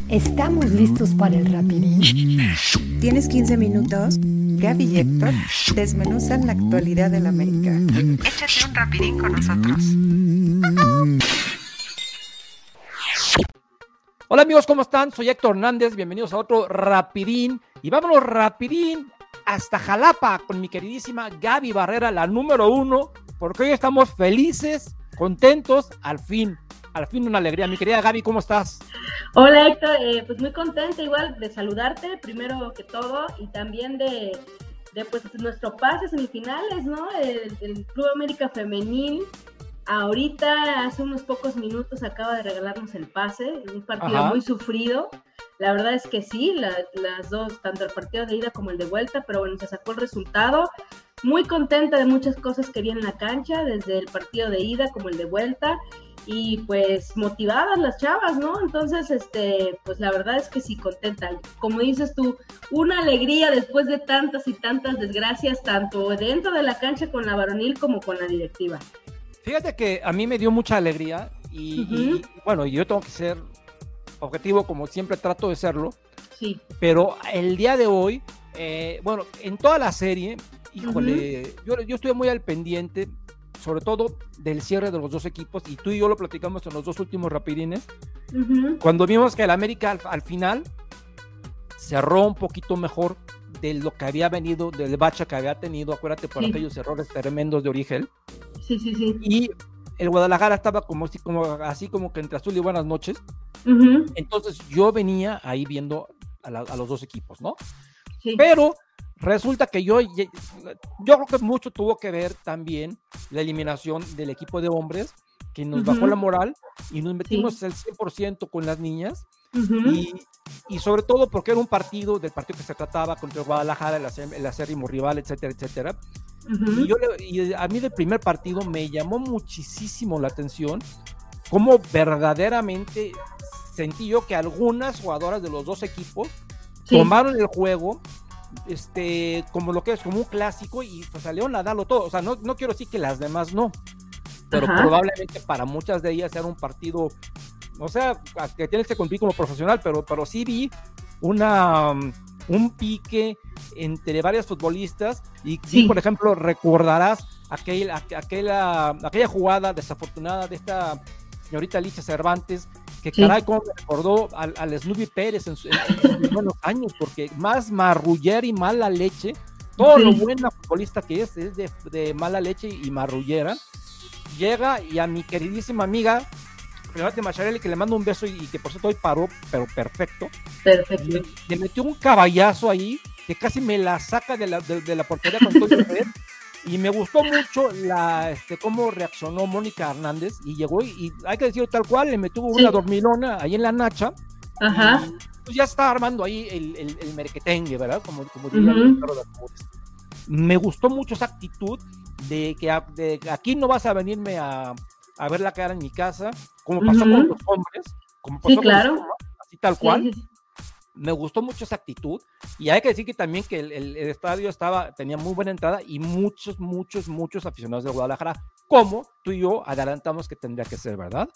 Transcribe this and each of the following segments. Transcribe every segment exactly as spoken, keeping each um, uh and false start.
¿Estamos listos para el rapidín? ¿Tienes quince minutos? Gaby y Héctor desmenuzan la actualidad del América. Échate un rapidín con nosotros. Hola amigos, ¿cómo están? Soy Héctor Hernández, bienvenidos a otro rapidín. Y vámonos rapidín hasta Jalapa con mi queridísima Gaby Barrera, la número uno, porque hoy estamos felices, contentos, al fin. Al fin una alegría. Mi querida Gaby, ¿cómo estás? Hola Héctor, eh, pues muy contenta igual de saludarte, primero que todo, y también de, de pues nuestro pase a semifinales, ¿no? El, el Club América Femenil, ahorita hace unos pocos minutos acaba de regalarnos el pase, un partido Ajá. muy sufrido. La verdad es que sí, la, las dos, tanto el partido de ida como el de vuelta, pero bueno, se sacó el resultado. Muy contenta de muchas cosas que vi en la cancha, desde el partido de ida como el de vuelta. Y pues motivadas las chavas, ¿no? Entonces, este, pues la verdad es que sí, contenta. Como dices tú, una alegría después de tantas y tantas desgracias, tanto dentro de la cancha con la varonil como con la directiva. Fíjate que a mí me dio mucha alegría y, uh-huh. y bueno, yo tengo que ser objetivo como siempre trato de serlo. Sí. Pero el día de hoy, eh, bueno, en toda la serie, híjole, uh-huh. yo, yo estuve muy al pendiente, sobre todo del cierre de los dos equipos, y tú y yo lo platicamos en los dos últimos rapidines, uh-huh. cuando vimos que el América al, al final cerró un poquito mejor de lo que había venido, del bache que había tenido, acuérdate, por sí. aquellos errores tremendos de Origel. Sí, sí, sí. Y el Guadalajara estaba como, como así como que entre azul y buenas noches. Uh-huh. Entonces yo venía ahí viendo a, la, a los dos equipos, ¿no? Sí. Pero resulta que yo, yo creo que mucho tuvo que ver también la eliminación del equipo de hombres, que nos uh-huh. bajó la moral y nos metimos sí. el cien por ciento con las niñas, uh-huh. y, y sobre todo porque era un partido, del partido que se trataba contra el Guadalajara, el, el acérrimo rival, etcétera, etcétera. Uh-huh. Y, yo, y a mí del primer partido me llamó muchísimo la atención cómo verdaderamente sentí yo que algunas jugadoras de los dos equipos sí. tomaron el juego este, como lo que es, como un clásico, y pues salieron a darlo todo. O sea, no, no quiero decir que las demás no, pero Ajá. probablemente para muchas de ellas era un partido, o sea, que tienes que cumplir como profesional, pero, pero sí vi una, um, un pique entre varias futbolistas, y sí. sí, por ejemplo, recordarás aquel, aquella, aquella jugada desafortunada de esta señorita Licha Cervantes, que sí. caray, como me recordó al, al Snoopy Pérez en, su, en sus buenos años, porque más marrullera y mala leche, todo sí. lo buena futbolista que es, es de, de mala leche y marrullera, llega, y a mi queridísima amiga Renate Macharelli, que le mando un beso, y, y que por cierto hoy paró, pero perfecto, perfecto. Le, le metió un caballazo ahí, que casi me la saca de la, de, de la portería con todo el red. Y me gustó mucho la, este, cómo reaccionó Mónica Hernández, y llegó y, y hay que decirlo tal cual, le metió sí. una dormilona ahí en la nacha. Ajá. Y pues ya está armando ahí el, el, el merquetengue, ¿verdad? Como, como diría uh-huh. el perro de Amores. Me gustó mucho esa actitud de que a, de, aquí no vas a venirme a, a ver la cara en mi casa, como pasó uh-huh. con los hombres, como pasó sí, con claro. los hombres, así tal cual. Sí, sí. Me gustó mucho esa actitud, y hay que decir que también que el, el, el estadio estaba, tenía muy buena entrada, y muchos, muchos, muchos aficionados de Guadalajara, como tú y yo adelantamos que tendría que ser, ¿verdad?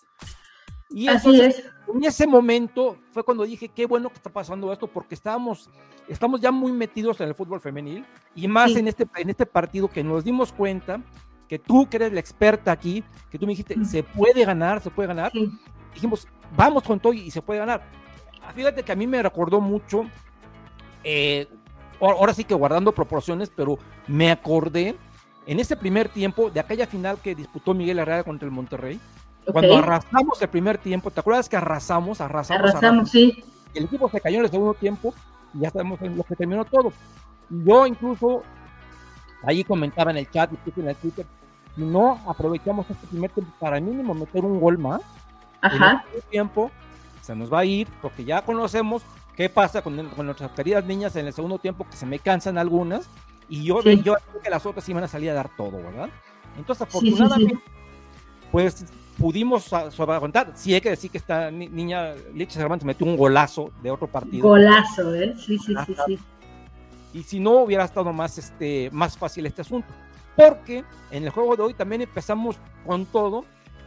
Y Así entonces, es. En ese momento fue cuando dije, qué bueno que está pasando esto, porque estábamos, estamos ya muy metidos en el fútbol femenil, y más sí. en, este, en este partido, que nos dimos cuenta que tú, que eres la experta aquí, que tú me dijiste, sí. se puede ganar, se puede ganar, sí. dijimos, vamos con todo y se puede ganar. Fíjate que a mí me recordó mucho, eh, ahora sí que guardando proporciones, pero me acordé en ese primer tiempo de aquella final que disputó Miguel Herrera contra el Monterrey, okay. cuando arrasamos el primer tiempo. ¿Te acuerdas que arrasamos, arrasamos, arrasamos? arrasamos? Sí. El equipo se cayó en el segundo tiempo y ya sabemos en lo que terminó todo. Yo incluso ahí comentaba en el chat y en el Twitter, si no aprovechamos este primer tiempo para mínimo meter un gol más, Ajá. en este tiempo se nos va a ir, porque ya conocemos qué pasa con, con nuestras queridas niñas en el segundo tiempo, que se me cansan algunas, y yo, sí. yo creo que las otras sí van a salir a dar todo, ¿verdad? Entonces, afortunadamente, sí, sí, sí. pues pudimos sobreaguantar. Sí hay que decir que esta ni- niña Licha Cervantes metió un golazo de otro partido. Golazo, ¿eh? Sí, sí, sí, sí. Y si no, hubiera estado más, este, más fácil este asunto. Porque en el juego de hoy también empezamos con todo,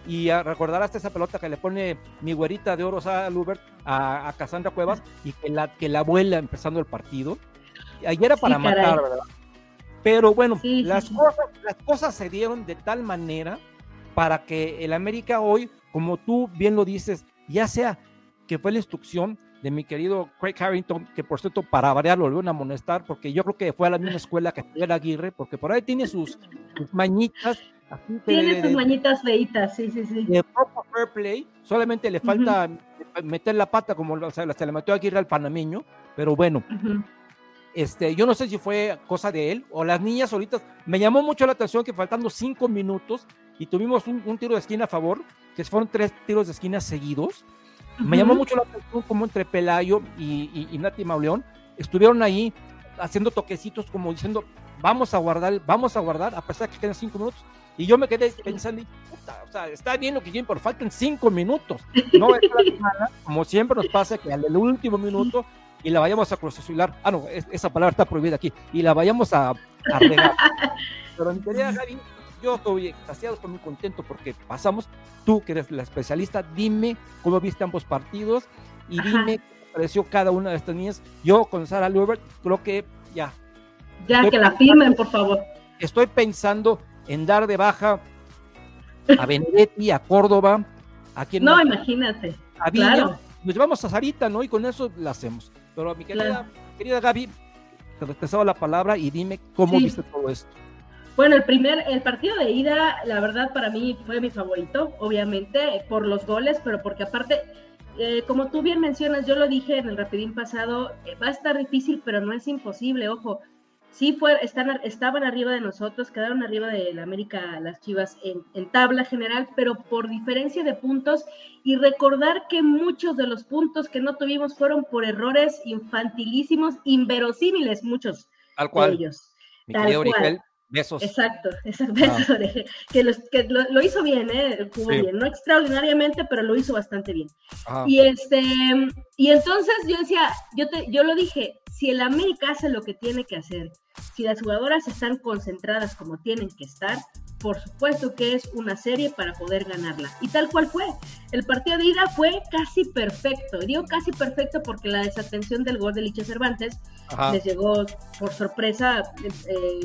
y a recordar hasta esa pelota que le pone mi güerita de oro, Sara Lubert, a, a Cassandra Cuevas, y que la, que la vuela empezando el partido. Ayer era para sí, matar, ¿verdad? Pero bueno, sí, las, sí. Cosas, las cosas se dieron de tal manera para que el América hoy, como tú bien lo dices, ya sea que fue la instrucción de mi querido Craig Harrington, que por cierto, para variar lo volvieron a amonestar, porque yo creo que fue a la misma escuela que Javier Aguirre, porque por ahí tiene sus, sus mañitas. Así tiene de, sus de, mañitas feitas, sí, sí, sí. De poco fair play, solamente le falta uh-huh. meter la pata como o sea, se le metió Aguirre al panameño, pero bueno, uh-huh. este, yo no sé si fue cosa de él o las niñas solitas. Me llamó mucho la atención que faltando cinco minutos y tuvimos un, un tiro de esquina a favor, que fueron tres tiros de esquina seguidos. Uh-huh. Me llamó mucho la atención como entre Pelayo y, y, y Nati Mauleón estuvieron ahí haciendo toquecitos como diciendo vamos a guardar, vamos a guardar a pesar de que quedan cinco minutos, y yo me quedé pensando, puta, o sea, está bien lo que quieren, pero faltan cinco minutos, no es la semana, como siempre nos pasa que al último minuto y la vayamos a cruzazular, ah no, es, esa palabra está prohibida aquí, y la vayamos a, a regar, pero mi querida Gaby, yo estoy extasiado, estoy muy contento porque pasamos. Tú que eres la especialista, dime cómo viste ambos partidos y Ajá. dime qué te pareció cada una de estas niñas. Yo con Sara Lubert creo que ya. Ya, que la firmen, por favor. Estoy pensando en dar de baja a Benedetti, a Córdoba, a quien No, más, imagínate. A Viña. Claro. Nos llevamos a Sarita, ¿no? Y con eso la hacemos. Pero mi querida, claro. querida Gaby, te regresaba la palabra y dime cómo sí. viste todo esto. Bueno, el primer, el partido de ida, la verdad para mí fue mi favorito, obviamente, por los goles, pero porque aparte, eh, como tú bien mencionas, yo lo dije en el rapidín pasado, eh, va a estar difícil, pero no es imposible, ojo, sí fue, están, estaban arriba de nosotros, quedaron arriba de la América, las Chivas en, en tabla general, pero por diferencia de puntos, y recordar que muchos de los puntos que no tuvimos fueron por errores infantilísimos, inverosímiles, muchos Tal cual. de ellos. Mi Tal cual. Origel. Besos. Exacto, exacto, besos, ah. que, los, que lo, lo hizo bien, ¿eh? Jugó sí. bien, no extraordinariamente, pero lo hizo bastante bien. Ah. Y este, y entonces yo decía, yo te, yo lo dije, si el América hace lo que tiene que hacer, si las jugadoras están concentradas como tienen que estar, por supuesto que es una serie para poder ganarla. Y tal cual fue. El partido de ida fue casi perfecto. Digo casi perfecto porque la desatención del gol de Licha Cervantes Ajá. les llegó por sorpresa, eh,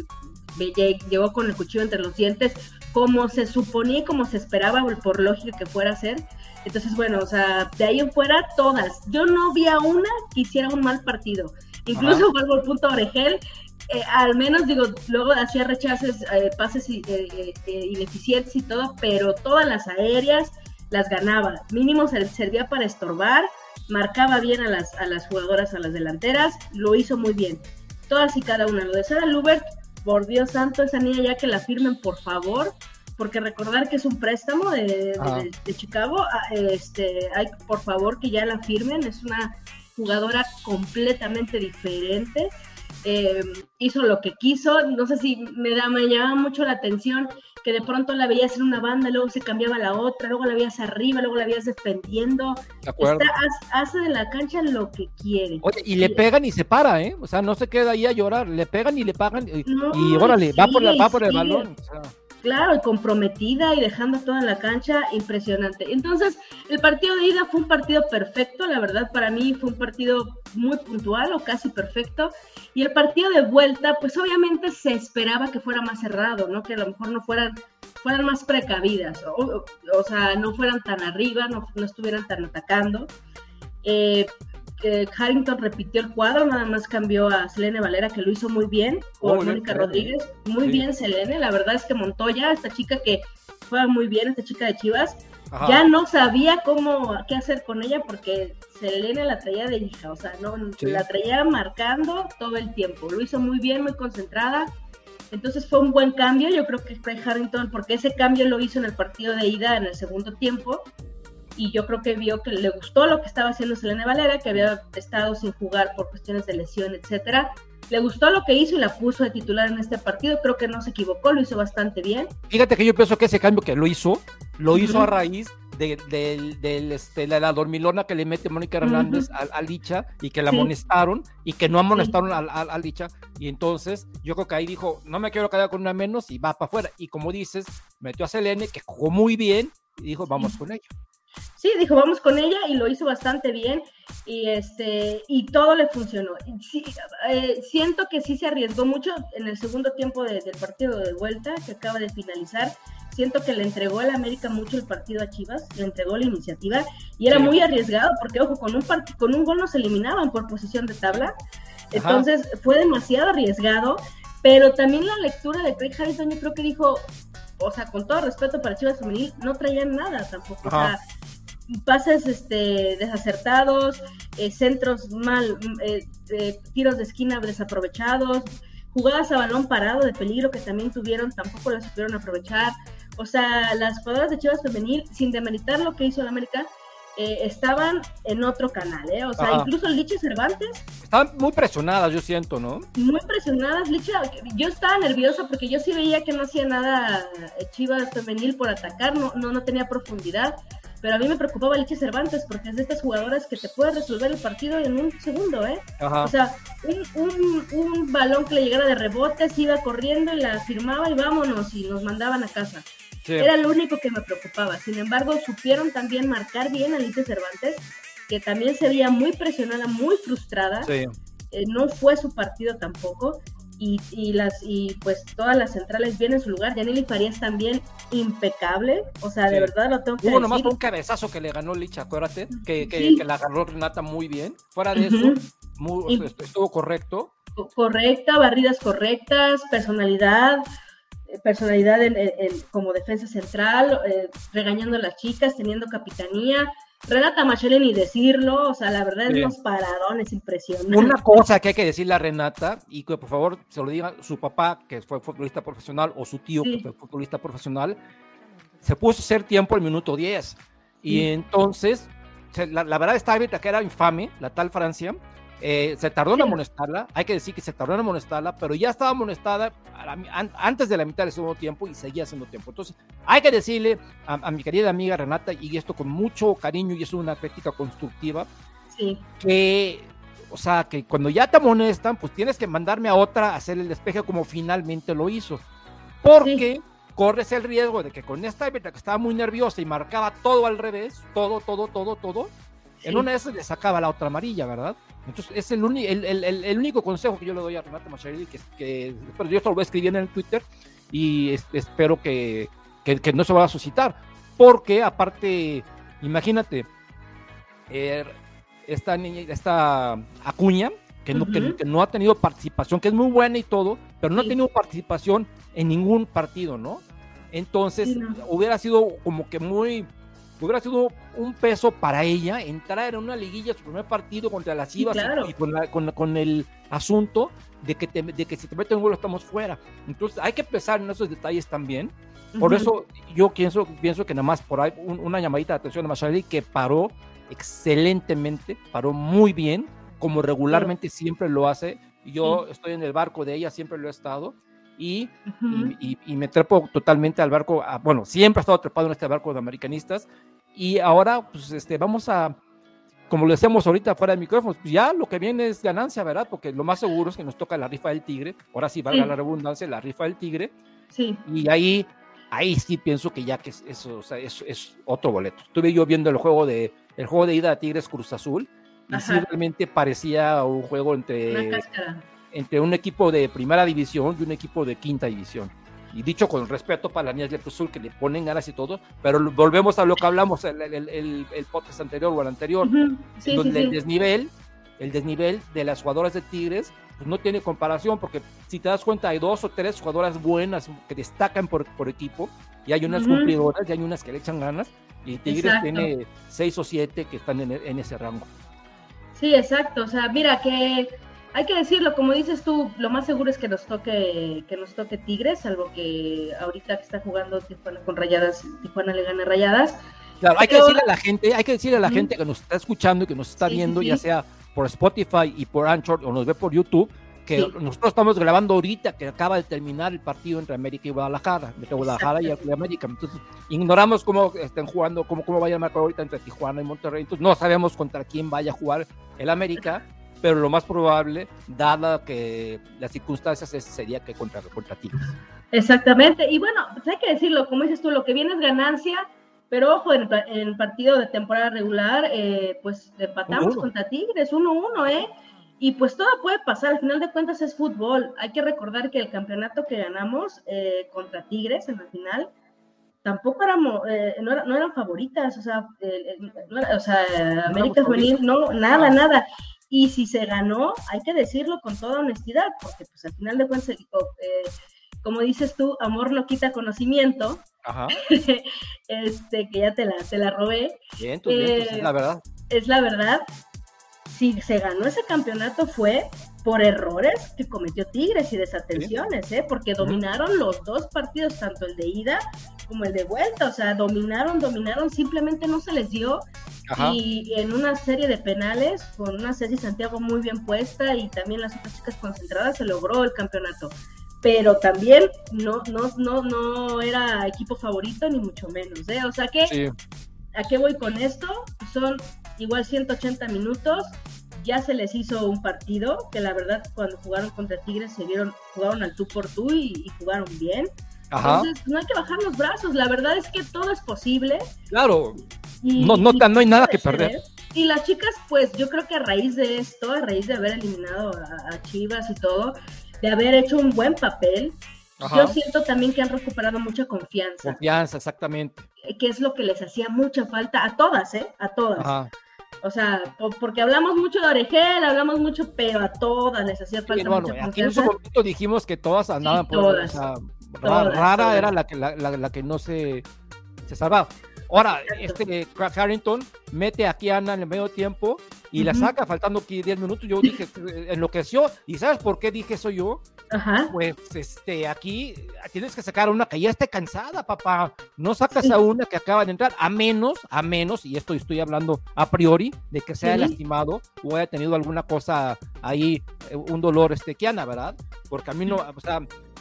llegó con el cuchillo entre los dientes, como se suponía y como se esperaba, por lógica que fuera a ser. Entonces, bueno, o sea, de ahí en fuera, todas. Yo no vi a una que hiciera un mal partido. Incluso Ajá. vuelvo al punto a Origel, eh, al menos, digo, luego hacía rechaces, eh, pases eh, eh, ineficientes y todo, pero todas las aéreas las ganaba. Mínimo se servía para estorbar, marcaba bien a las, a las jugadoras, a las delanteras, lo hizo muy bien. Todas y cada una. Lo de Sara Lubert, por Dios santo, esa niña ya que la firmen, por favor, porque recordar que es un préstamo de, de, de Chicago, este, hay, por favor, que ya la firmen, es una jugadora completamente diferente, eh, hizo lo que quiso, no sé si me, da, me llamaba mucho la atención que de pronto la veías en una banda, luego se cambiaba a la otra, luego la veías arriba, luego la veías defendiendo, de acuerdo. Está, hace de la cancha lo que quiere. Oye, y le pegan y se para, ¿eh? O sea, no se queda ahí a llorar, le pegan y le pagan, y, no, y órale, sí, va por, la, va por el sí. balón, o sea. Claro, y comprometida y dejando toda la cancha, impresionante. Entonces, el partido de ida fue un partido perfecto, la verdad para mí fue un partido muy puntual o casi perfecto, y el partido de vuelta, pues obviamente se esperaba que fuera más cerrado, ¿no? Que a lo mejor no fueran, fueran más precavidas, o, o, o sea, no fueran tan arriba, no, no estuvieran tan atacando. Eh, que Harrington repitió el cuadro, nada más cambió a Selene Valera, que lo hizo muy bien, por oh, Mónica bien, Rodríguez, muy sí. bien Selene, la verdad es que Montoya, esta chica que juega muy bien, esta chica de Chivas, Ajá. ya no sabía cómo, qué hacer con ella, porque Selene la traía de hija, o sea, no sí. la traía marcando todo el tiempo, lo hizo muy bien, muy concentrada, entonces fue un buen cambio, yo creo que Craig Harrington, porque ese cambio lo hizo en el partido de ida en el segundo tiempo, y yo creo que vio que le gustó lo que estaba haciendo Selene Valera, que había estado sin jugar por cuestiones de lesión, etcétera. Le gustó lo que hizo y la puso de titular en este partido, creo que no se equivocó, lo hizo bastante bien. Fíjate que yo pienso que ese cambio que lo hizo, lo uh-huh. hizo a raíz de, de, de, de, este, de la dormilona que le mete Mónica Hernández uh-huh. a, a Licha, y que la sí. amonestaron, y que no amonestaron sí. a, a, a Licha, y entonces yo creo que ahí dijo, no me quiero quedar con una menos, y va para afuera, y como dices, metió a Selene, que jugó muy bien, y dijo, vamos con ella. Sí, dijo, vamos con ella, y lo hizo bastante bien, y este y todo le funcionó. Sí, eh, siento que sí se arriesgó mucho en el segundo tiempo de, del partido de vuelta, que acaba de finalizar. Siento que le entregó al América mucho el partido a Chivas, le entregó la iniciativa, y era sí. muy arriesgado, porque, ojo, con un, part- con un gol no se eliminaban por posición de tabla. Entonces, Ajá. fue demasiado arriesgado, pero también la lectura de Craig Harrington, yo creo que dijo, o sea, con todo respeto para Chivas Femenil, no traían nada tampoco. Ajá. O sea, pases este, desacertados, eh, centros mal, eh, eh, tiros de esquina desaprovechados, jugadas a balón parado de peligro que también tuvieron, tampoco las supieron aprovechar. O sea, las jugadoras de Chivas Femenil, sin demeritar lo que hizo el América, eh, estaban en otro canal, ¿eh? O sea, Ajá. incluso Licha Cervantes. Estaban muy presionadas, yo siento, ¿no? Muy presionadas, Licha. Yo estaba nerviosa porque yo sí veía que no hacía nada Chivas Femenil por atacar, no, no, no tenía profundidad. Pero a mí me preocupaba Licha Cervantes, porque es de estas jugadoras que te puede resolver el partido en un segundo, ¿eh? Ajá. O sea, un, un, un balón que le llegara de rebote, se iba corriendo y la firmaba y vámonos, y nos mandaban a casa. Sí. Era lo único que me preocupaba. Sin embargo, supieron también marcar bien a Licha Cervantes, que también se veía muy presionada, muy frustrada. Sí. Eh, no fue su partido tampoco. Y, y las y pues todas las centrales bien en su lugar. Yaneli Farías también impecable, o sea, sí. de verdad lo tengo que Hubo decir. nomás un cabezazo que le ganó Licha, acuérdate, que, que, sí. que la agarró Renata muy bien. Fuera de uh-huh. eso, muy, y, estuvo correcto. Correcta, barridas correctas, personalidad, personalidad en, en, en, como defensa central, eh, regañando a las chicas, teniendo capitanía. Renata Machele, ni decirlo, o sea, la verdad, sí. es unos paradones impresionantes. Una cosa que hay que decirle a Renata, y que por favor se lo diga su papá, que fue futbolista profesional, o su tío, sí. que fue futbolista profesional, se puso a hacer tiempo al minuto diez, y sí. entonces, la, la verdad, esta árbitra que era infame, la tal Francia, eh, se tardó sí. en amonestarla, hay que decir que se tardó en amonestarla, pero ya estaba amonestada la, an, antes de la mitad del segundo tiempo y seguía haciendo tiempo. Entonces hay que decirle a, a mi querida amiga Renata, y esto con mucho cariño, y es una crítica constructiva, sí. que, o sea, que cuando ya te amonestan, pues tienes que mandarme a otra a hacer el despeje como finalmente lo hizo, porque sí. corres el riesgo de que con esta árbitra que estaba muy nerviosa y marcaba todo al revés, todo, todo, todo, todo, sí. en una de esas le sacaba la otra amarilla, ¿verdad? Entonces es el, uni, el, el, el, el único consejo que yo le doy a Renata Machele, que, que pero yo esto lo voy a escribir en el Twitter, y es, espero que, que, que no se vaya a suscitar, porque aparte, imagínate, eh, esta niña, esta Acuña, que no, uh-huh. que, que no ha tenido participación, que es muy buena y todo, pero no sí. ha tenido participación en ningún partido, ¿no? Entonces, sí, no. hubiera sido como que muy... hubiera sido un peso para ella entrar en una liguilla, su primer partido contra las Chivas, sí, claro. y, y con, la, con, con el asunto de que, te, de que si te meten un gol estamos fuera. Entonces hay que pensar en esos detalles también. Por uh-huh. eso yo pienso, pienso que nada más por ahí un, una llamadita de atención a Machele, que paró excelentemente, paró muy bien, como regularmente sí. siempre lo hace. Yo sí. estoy en el barco de ella, siempre lo he estado. Y, uh-huh. y, y, y me trepo totalmente al barco, a, bueno, siempre he estado trepado en este barco de americanistas, y ahora pues este, vamos a, como lo decíamos ahorita fuera de micrófonos, pues ya lo que viene es ganancia, ¿verdad? Porque lo más seguro es que nos toca la rifa del tigre, ahora sí valga sí. la redundancia, la rifa del tigre, sí. y ahí, ahí sí pienso que ya que es, eso, o sea, es, es otro boleto. Estuve yo viendo el juego de, el juego de ida de Tigres Cruz Azul, y Ajá. sí realmente parecía un juego entre... Una cáscara. entre un equipo de primera división y un equipo de quinta división. Y dicho con respeto para las niñas de Cruz Azul, que le ponen ganas y todo, pero volvemos a lo que hablamos el, el, el, el podcast anterior o el anterior, uh-huh. sí, donde sí, el sí. desnivel, el desnivel de las jugadoras de Tigres, pues no tiene comparación, porque si te das cuenta hay dos o tres jugadoras buenas que destacan por, por equipo, y hay unas uh-huh. cumplidoras, y hay unas que le echan ganas, y Tigres exacto. tiene seis o siete que están en, en ese rango. Sí, exacto, o sea, mira que hay que decirlo, como dices tú, lo más seguro es que nos toque que nos toque Tigres, salvo que ahorita que está jugando Tijuana con Rayadas, Tijuana le gana Rayadas. Claro, hay Pero... que decirle a la gente, hay que decirle a la mm. gente que nos está escuchando y que nos está sí, viendo, sí, sí. ya sea por Spotify y por Anchor o nos ve por YouTube, que sí. nosotros estamos grabando ahorita que acaba de terminar el partido entre América y Guadalajara, entre Guadalajara y América. Entonces, ignoramos cómo estén jugando, cómo, cómo vaya a marcar ahorita entre Tijuana y Monterrey. Entonces, no sabemos contra quién vaya a jugar el América, pero lo más probable, dada que las circunstancias, es, sería que contra, contra Tigres. Exactamente, y bueno, pues hay que decirlo, como dices tú, lo que viene es ganancia, Pero ojo, en, en partido de temporada regular, eh, pues empatamos uno, uno. contra Tigres, uno uno, ¿eh? Y pues todo puede pasar, al final de cuentas es fútbol. Hay que recordar que el campeonato que ganamos eh, contra Tigres en la final, tampoco éramos, eh, no, era, no eran favoritas, o sea, eh, no era, o sea, no América Femenil, no, nada, nada. Y si se ganó, hay que decirlo con toda honestidad, porque pues al final de cuentas, eh, como dices tú, amor no quita conocimiento. Ajá. este, que ya te la, te la robé. Bien, tú, bien, pues es la verdad. Es la verdad. Si se ganó ese campeonato fue por errores que cometió Tigres y desatenciones, ¿Sí? ¿eh? Porque dominaron uh-huh. los dos partidos, tanto el de ida como el de vuelta, o sea, dominaron, dominaron, simplemente no se les dio. Ajá. Y en una serie de penales, con una Ceci Santiago muy bien puesta y también las otras chicas concentradas, se logró el campeonato. Pero también no, no, no, no era equipo favorito, ni mucho menos, ¿eh? O sea que, sí. ¿a qué voy con esto? Son igual ciento ochenta minutos, ya se les hizo un partido, que la verdad cuando jugaron contra Tigres se vieron, jugaron al tú por tú y, y jugaron bien. Ajá. Entonces no hay que bajar los brazos, la verdad es que todo es posible. Claro, y, no, no, y no hay nada que perder. Ser. Y las chicas, pues yo creo que a raíz de esto, a raíz de haber eliminado a, a Chivas y todo, de haber hecho un buen papel, Ajá. yo siento también que han recuperado mucha confianza. Confianza, exactamente. Que es lo que les hacía mucha falta a todas, ¿eh? A todas. Ajá. O sea, porque hablamos mucho de Orejel, hablamos mucho, pero a todas les hacía falta sí, bueno, mucha aquí confianza. Aquí en su momento dijimos que todas andaban sí, por todas, o sea, todas, rara todas. Era la que, la, la, la que no se, se salvaba. Ahora, Exacto. este Harrington mete aquí a Ana en el medio tiempo y uh-huh. la saca faltando aquí diez minutos. Yo dije, enloqueció. ¿Y sabes por qué dije eso yo? Ajá. Pues este, aquí tienes que sacar a una que ya esté cansada, papá. No sacas sí. a una que acaba de entrar, a menos, a menos, y esto estoy hablando a priori, de que se haya sí. lastimado o haya tenido alguna cosa ahí, un dolor este, Kiana, ¿verdad? Porque a mí no, o sea...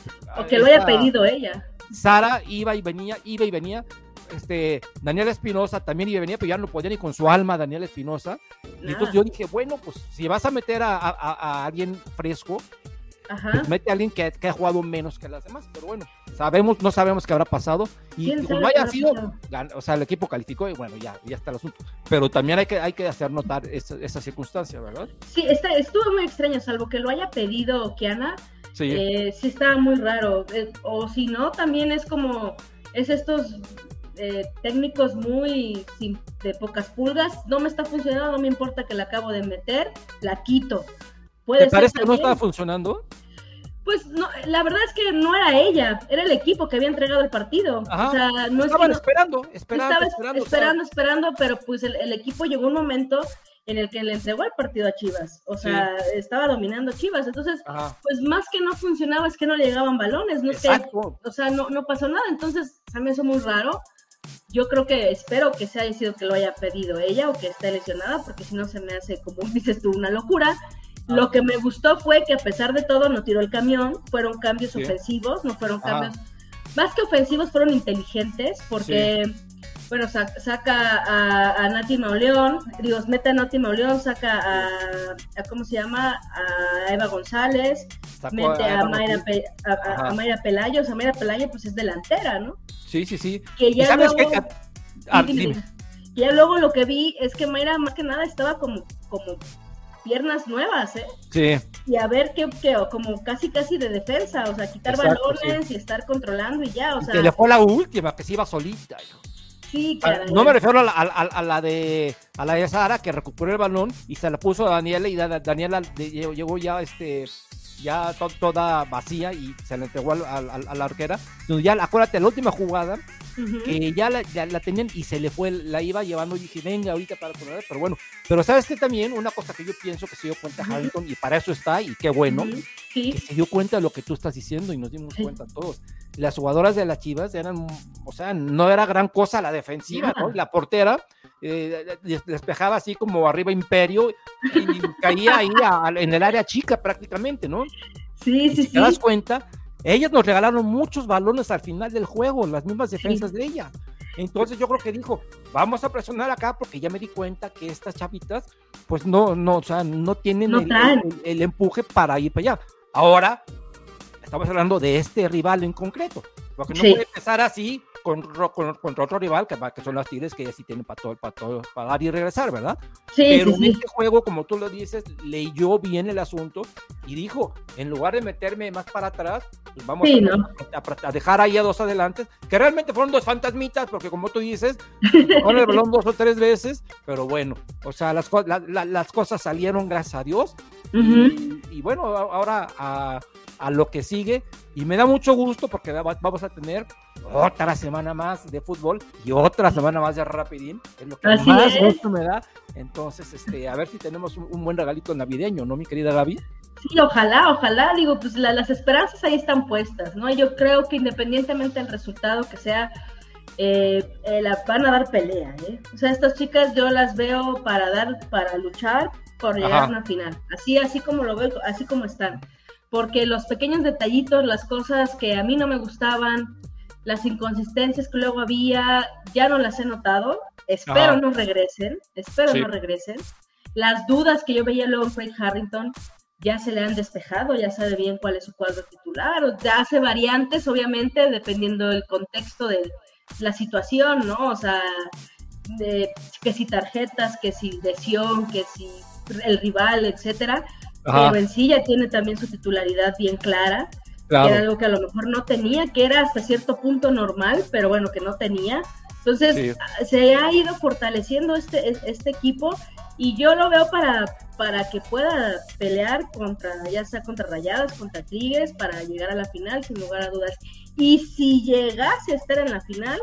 O que lo haya pedido ella. Sara iba y venía, iba y venía. Este, Daniela Espinosa también iba y venía, pero ya no podía ni con su alma Daniela Espinosa. Y entonces yo dije, bueno, pues si vas a meter a, a, a alguien fresco, Ajá. pues mete a alguien que, que ha jugado menos que las demás, pero bueno, sabemos, no sabemos qué habrá pasado, y como no haya sido, gan, o sea, el equipo calificó y bueno, ya, ya está el asunto, pero también hay que, hay que hacer notar esa, esa circunstancia, ¿verdad? Sí, está, estuvo muy extraño, salvo que lo haya pedido Kiana, sí, eh, sí estaba muy raro, eh, o si no, también es como, es estos... Eh, técnicos muy sin, de pocas pulgas, no me está funcionando, no me importa que la acabo de meter, la quito. ¿Te ser parece también? Que no estaba funcionando? Pues no, la verdad es que no era ella, era el equipo que había entregado el partido. Ajá. O sea, no estaban es que no, esperando, esperando, estaba esperando, esperando, esperando, pero pues el, el equipo llegó un momento en el que le entregó el partido a Chivas, o sea, sí. estaba dominando Chivas, entonces, Ajá. pues más que no funcionaba es que no le llegaban balones, no es que, o sea, no, no pasó nada, entonces se me hizo muy raro. Yo creo que, espero que se haya sido que lo haya pedido ella o que esté lesionada, porque si no se me hace, como dices tú, una locura. Ah. Lo que me gustó fue que a pesar de todo no tiró el camión, fueron cambios sí. ofensivos, no fueron cambios, ah. más que ofensivos fueron inteligentes, porque, sí. bueno, saca, saca a, a Nati Mauleón, digo, mete a Nati Mauleón, saca a, a, ¿cómo se llama? A Eva González, Sacó mete a, a, Mayra Pe, a, a, a Mayra Pelayo, o sea, Mayra Pelayo pues es delantera, ¿no? Sí, sí, sí. Que ya ¿sabes luego, qué? Ah, dime, dime. Ya luego lo que vi es que Mayra más que nada estaba como, como piernas nuevas, ¿eh? Sí. Y a ver qué, qué como casi casi de defensa, o sea, quitar Exacto, balones sí. y estar controlando y ya, o sea. Que le fue la última, que se iba solita, hijo. Sí, caray. No me refiero a la, a, a la de a la de Sara, que recuperó el balón y se la puso a Daniela, y da, Daniela llegó ya este ya to, toda vacía y se la entregó a, a, a la arquera. Ya, acuérdate, la última jugada, uh-huh. que ya la, ya la tenían y se le fue, la iba llevando y dije, venga ahorita para poner, pero bueno, pero sabes que también una cosa que yo pienso que se dio cuenta uh-huh. Harrington, y para eso está, y qué bueno, uh-huh. sí. que se dio cuenta de lo que tú estás diciendo y nos dimos sí. cuenta todos. Las jugadoras de las Chivas eran, o sea, no era gran cosa la defensiva, yeah. ¿no? La portera eh, despejaba así como arriba Imperio y caía ahí a, a, en el área chica prácticamente, ¿no? Sí, y sí, si sí. te das cuenta, ellas nos regalaron muchos balones al final del juego, las mismas defensas sí. de ella. Entonces yo creo que dijo, vamos a presionar acá porque ya me di cuenta que estas chavitas, pues no, no, o sea, no tienen no el, el, el empuje para ir para allá. Ahora estamos hablando de este rival en concreto, porque no sí. puede empezar así con, con, contra otro rival, que, que son las Tigres, que ya sí tienen para todo, para todo, para dar y regresar, ¿verdad? Sí, Pero sí, en sí. este juego, como tú lo dices, leyó bien el asunto y dijo, en lugar de meterme más para atrás, pues vamos sí, a, ¿no? a, a dejar ahí a dos adelante, que realmente fueron dos fantasmitas, porque como tú dices, con el balón dos o tres veces, pero bueno, o sea, las, la, la, las cosas salieron, gracias a Dios, uh-huh. y, y bueno, ahora a, a lo que sigue, y me da mucho gusto porque vamos a tener otra semana más de fútbol y otra semana más de Rapidín, es lo que Así más es. gusto me da. Entonces, este, a ver si tenemos un, un buen regalito navideño, ¿no, mi querida Gaby? Sí, ojalá, ojalá, digo, pues la, las esperanzas ahí están puestas, ¿no? Yo creo que independientemente del resultado que sea, eh, eh, la van a dar pelea, ¿eh? O sea, estas chicas yo las veo para dar, para luchar por llegar Ajá. a una final, así, así como lo veo, así como están. Porque los pequeños detallitos, las cosas que a mí no me gustaban, las inconsistencias que luego había, ya no las he notado, espero Ajá. no regresen, espero sí. no regresen. Las dudas que yo veía luego en Craig Harrington ya se le han despejado, ya sabe bien cuál es su cuadro titular, o ya hace variantes, obviamente, dependiendo del contexto de la situación, ¿no? O sea, de, que si tarjetas, que si lesión, que si el rival, etcétera. Ajá. Pero en sí ya tiene también su titularidad bien clara, claro. que era algo que a lo mejor no tenía, que era hasta cierto punto normal, pero bueno, que no tenía. Entonces, sí. se ha ido fortaleciendo este, este equipo y yo lo veo para, para que pueda pelear contra, ya sea contra Rayadas, contra Tigres, para llegar a la final, sin lugar a dudas. Y si llegase a estar en la final,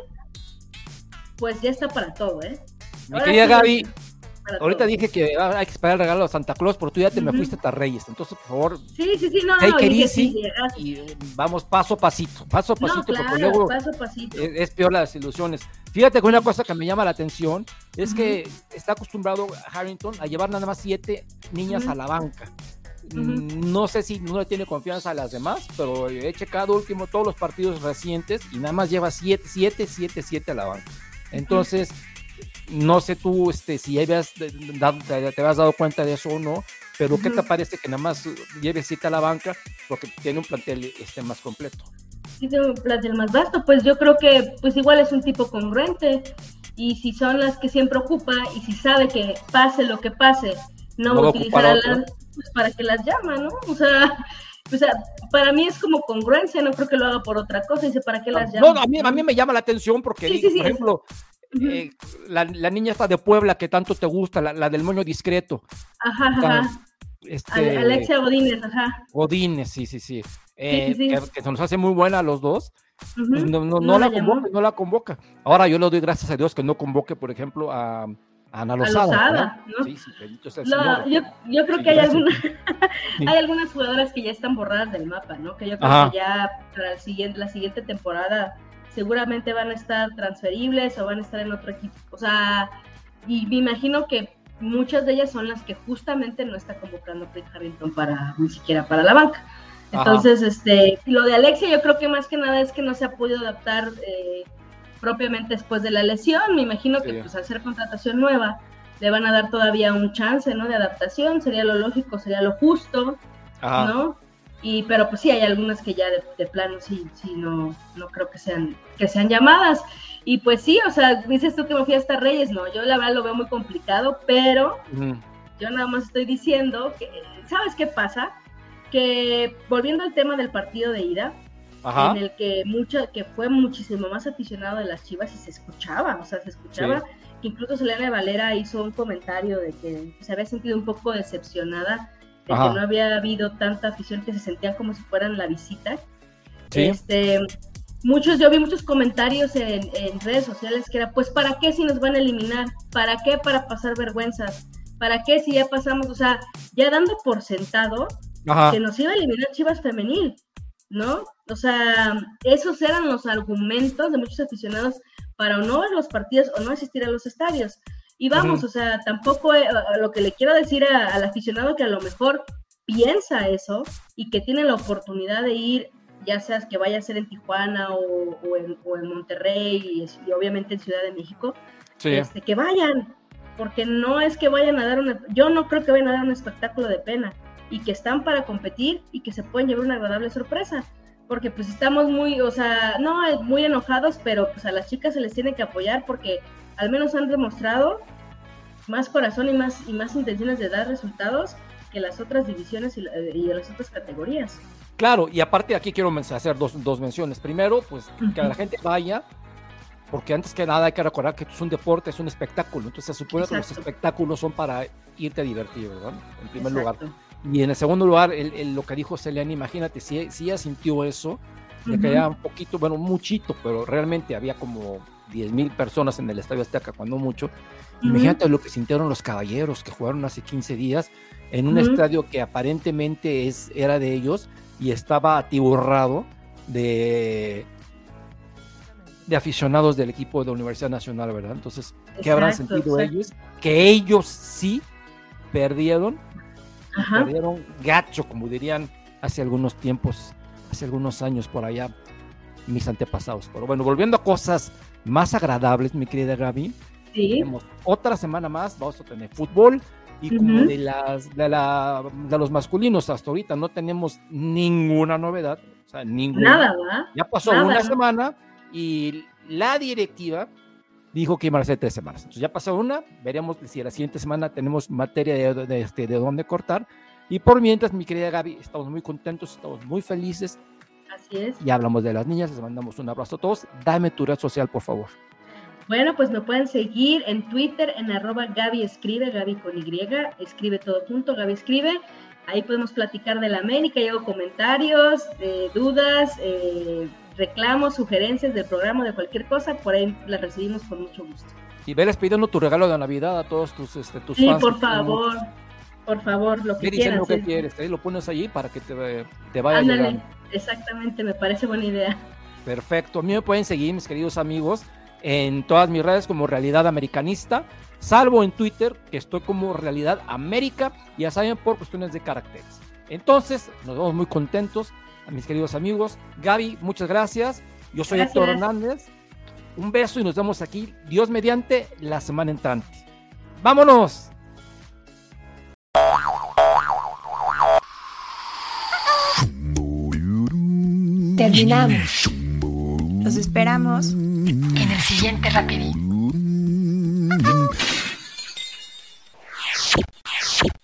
pues ya está para todo, ¿eh? Mi querida Gaby, ahorita dije que hay que esperar el regalo de Santa Claus, pero tú ya te uh-huh. me fuiste hasta Reyes, entonces por favor, sí, sí, sí, no, take no, it dije, easy, sí, y vamos paso a pasito, paso a pasito, no, claro, porque luego paso a pasito. Es, es peor las ilusiones. Fíjate que una cosa que me llama la atención es uh-huh. que está acostumbrado Harrington a llevar nada más siete niñas uh-huh. a la banca. Uh-huh. No sé si no le tiene confianza a las demás, pero he checado último todos los partidos recientes y nada más lleva siete, siete, siete, siete a la banca. Entonces, uh-huh. no sé tú este, si habías, te, te habías dado cuenta de eso o no, pero uh-huh. ¿qué te parece que nada más lleve siete a la banca porque tiene un plantel este, más completo? Sí, tiene un plantel más vasto, pues yo creo que pues igual es un tipo congruente y si son las que siempre ocupa y si sabe que pase lo que pase, no, no va a utilizar a las, pues para que las llama, ¿no? O sea, o sea, para mí es como congruencia, no creo que lo haga por otra cosa, dice, ¿para qué las llama? No, no a, mí, a mí me llama la atención porque, sí, sí, sí, por ejemplo... Uh-huh. Eh, la, la niña esta de Puebla que tanto te gusta, la, la del moño discreto. Ajá, ajá. Este, Alexia Godínez, ajá. Godínez, sí, sí, sí. Eh, sí, sí, sí. Que, que se nos hace muy buena a los dos. Uh-huh. Pues no, no, no, no la, la convoca, no la convoca. Ahora yo le doy gracias a Dios que no convoque, por ejemplo, a, a Ana Lozada. Lozada, ¿no? Sí, sí, bendito sea el no, Señor. Yo, yo creo sí, que hay, alguna, hay algunas jugadoras que ya están borradas del mapa, ¿no? Que yo creo ajá. que ya para el siguiente, la siguiente temporada seguramente van a estar transferibles o van a estar en otro equipo, o sea, y me imagino que muchas de ellas son las que justamente no está convocando Craig Harrington para, ni siquiera para la banca. Entonces, Ajá. este, lo de Alexia yo creo que más que nada es que no se ha podido adaptar eh, propiamente después de la lesión, me imagino sí. que pues al ser contratación nueva le van a dar todavía un chance, ¿no? De adaptación, sería lo lógico, sería lo justo, Ajá. ¿no? Y, pero pues sí, hay algunas que ya de, de plano sí, sí, no, no creo que sean, que sean llamadas. Y pues sí, o sea, dices tú que me fui hasta Reyes, no, yo la verdad lo veo muy complicado, pero uh-huh. yo nada más estoy diciendo que, ¿sabes qué pasa? Que volviendo al tema del partido de ida, Ajá. en el que mucha, que fue muchísimo más aficionado de las Chivas y se escuchaba, o sea, se escuchaba, sí. que incluso Selena Valera hizo un comentario de que se había sentido un poco decepcionada de Ajá. que no había habido tanta afición, que se sentían como si fueran la visita. Sí. Este, muchos, yo vi muchos comentarios en, en redes sociales que era, pues, ¿para qué si nos van a eliminar? ¿Para qué para pasar vergüenzas? ¿Para qué si ya pasamos? O sea, ya dando por sentado Ajá. que nos iba a eliminar Chivas femenil, ¿no? O sea, esos eran los argumentos de muchos aficionados para o no ver los partidos o no asistir a los estadios. Y vamos, uh-huh. o sea, tampoco eh, lo que le quiero decir a, al aficionado que a lo mejor piensa eso y que tiene la oportunidad de ir, ya sea que vaya a ser en Tijuana o, o, en, o en Monterrey y, y obviamente en Ciudad de México, sí. este, que vayan, porque no es que vayan a dar una, yo no creo que vayan a dar un espectáculo de pena y que están para competir y que se pueden llevar una agradable sorpresa. porque pues estamos muy, o sea, no muy enojados, pero pues a las chicas se les tiene que apoyar porque al menos han demostrado más corazón y más, y más intenciones de dar resultados que las otras divisiones y, y las otras categorías. Claro, y aparte aquí quiero hacer dos, dos menciones. Primero, pues uh-huh. que la gente vaya, porque antes que nada hay que recordar que es un deporte, es un espectáculo, entonces se supone Exacto. que los espectáculos son para irte a divertir, ¿verdad? En primer Exacto. lugar. Y en el segundo lugar, el, el, lo que dijo Selene, imagínate, si, si ella sintió eso, de uh-huh. que había un poquito, bueno, muchito, pero realmente había como diez mil personas en el Estadio Azteca, cuando mucho. Uh-huh. Imagínate lo que sintieron los caballeros que jugaron hace quince días en un uh-huh. estadio que aparentemente es, era de ellos y estaba atiborrado de, de aficionados del equipo de la Universidad Nacional, ¿verdad? Entonces, ¿qué exacto, habrán sentido exacto. ellos? Que ellos sí perdieron, Ajá. perdieron gacho, como dirían hace algunos tiempos, hace algunos años por allá, mis antepasados. Pero bueno, volviendo a cosas más agradables, mi querida Gaby, sí. tenemos otra semana más, vamos a tener fútbol, y como uh-huh. de, las, de, la, de los masculinos hasta ahorita no tenemos ninguna novedad, o sea, ninguna. Nada, ¿verdad? Ya pasó Nada, una ¿no? semana y la directiva dijo que iban a ser tres semanas. Entonces ya pasó una, veremos si la siguiente semana tenemos materia de, de, de, este, de dónde cortar. Y por mientras, mi querida Gaby, estamos muy contentos, estamos muy felices. Así es. Ya hablamos de las niñas, les mandamos un abrazo a todos. Dame tu red social, por favor. Bueno, pues me pueden seguir en Twitter en arroba Gaby Escribe, Gaby con Y, escribe todo junto, Gaby Escribe. Ahí podemos platicar de la América, y hago comentarios, eh, dudas, eh, reclamos, sugerencias del programa, de cualquier cosa, por ahí las recibimos con mucho gusto. Y veles pidiendo tu regalo de Navidad a todos tus, este, tus sí, fans. Sí, por favor, por favor, lo que quieras. Lo que sí. quieres, ¿eh? Lo pones allí para que te, te vaya Ándale, llegando. Exactamente, me parece buena idea. Perfecto, a mí me pueden seguir, mis queridos amigos, en todas mis redes como Realidad Americanista, salvo en Twitter, que estoy como Realidad América, ya saben, por cuestiones de caracteres. Entonces, nos vemos muy contentos, a mis queridos amigos. Gaby, muchas gracias. Yo soy gracias. Héctor Hernández. Un beso y nos vemos aquí, Dios mediante, la semana entrante. ¡Vámonos! Terminamos. Los esperamos en el siguiente Rapidín.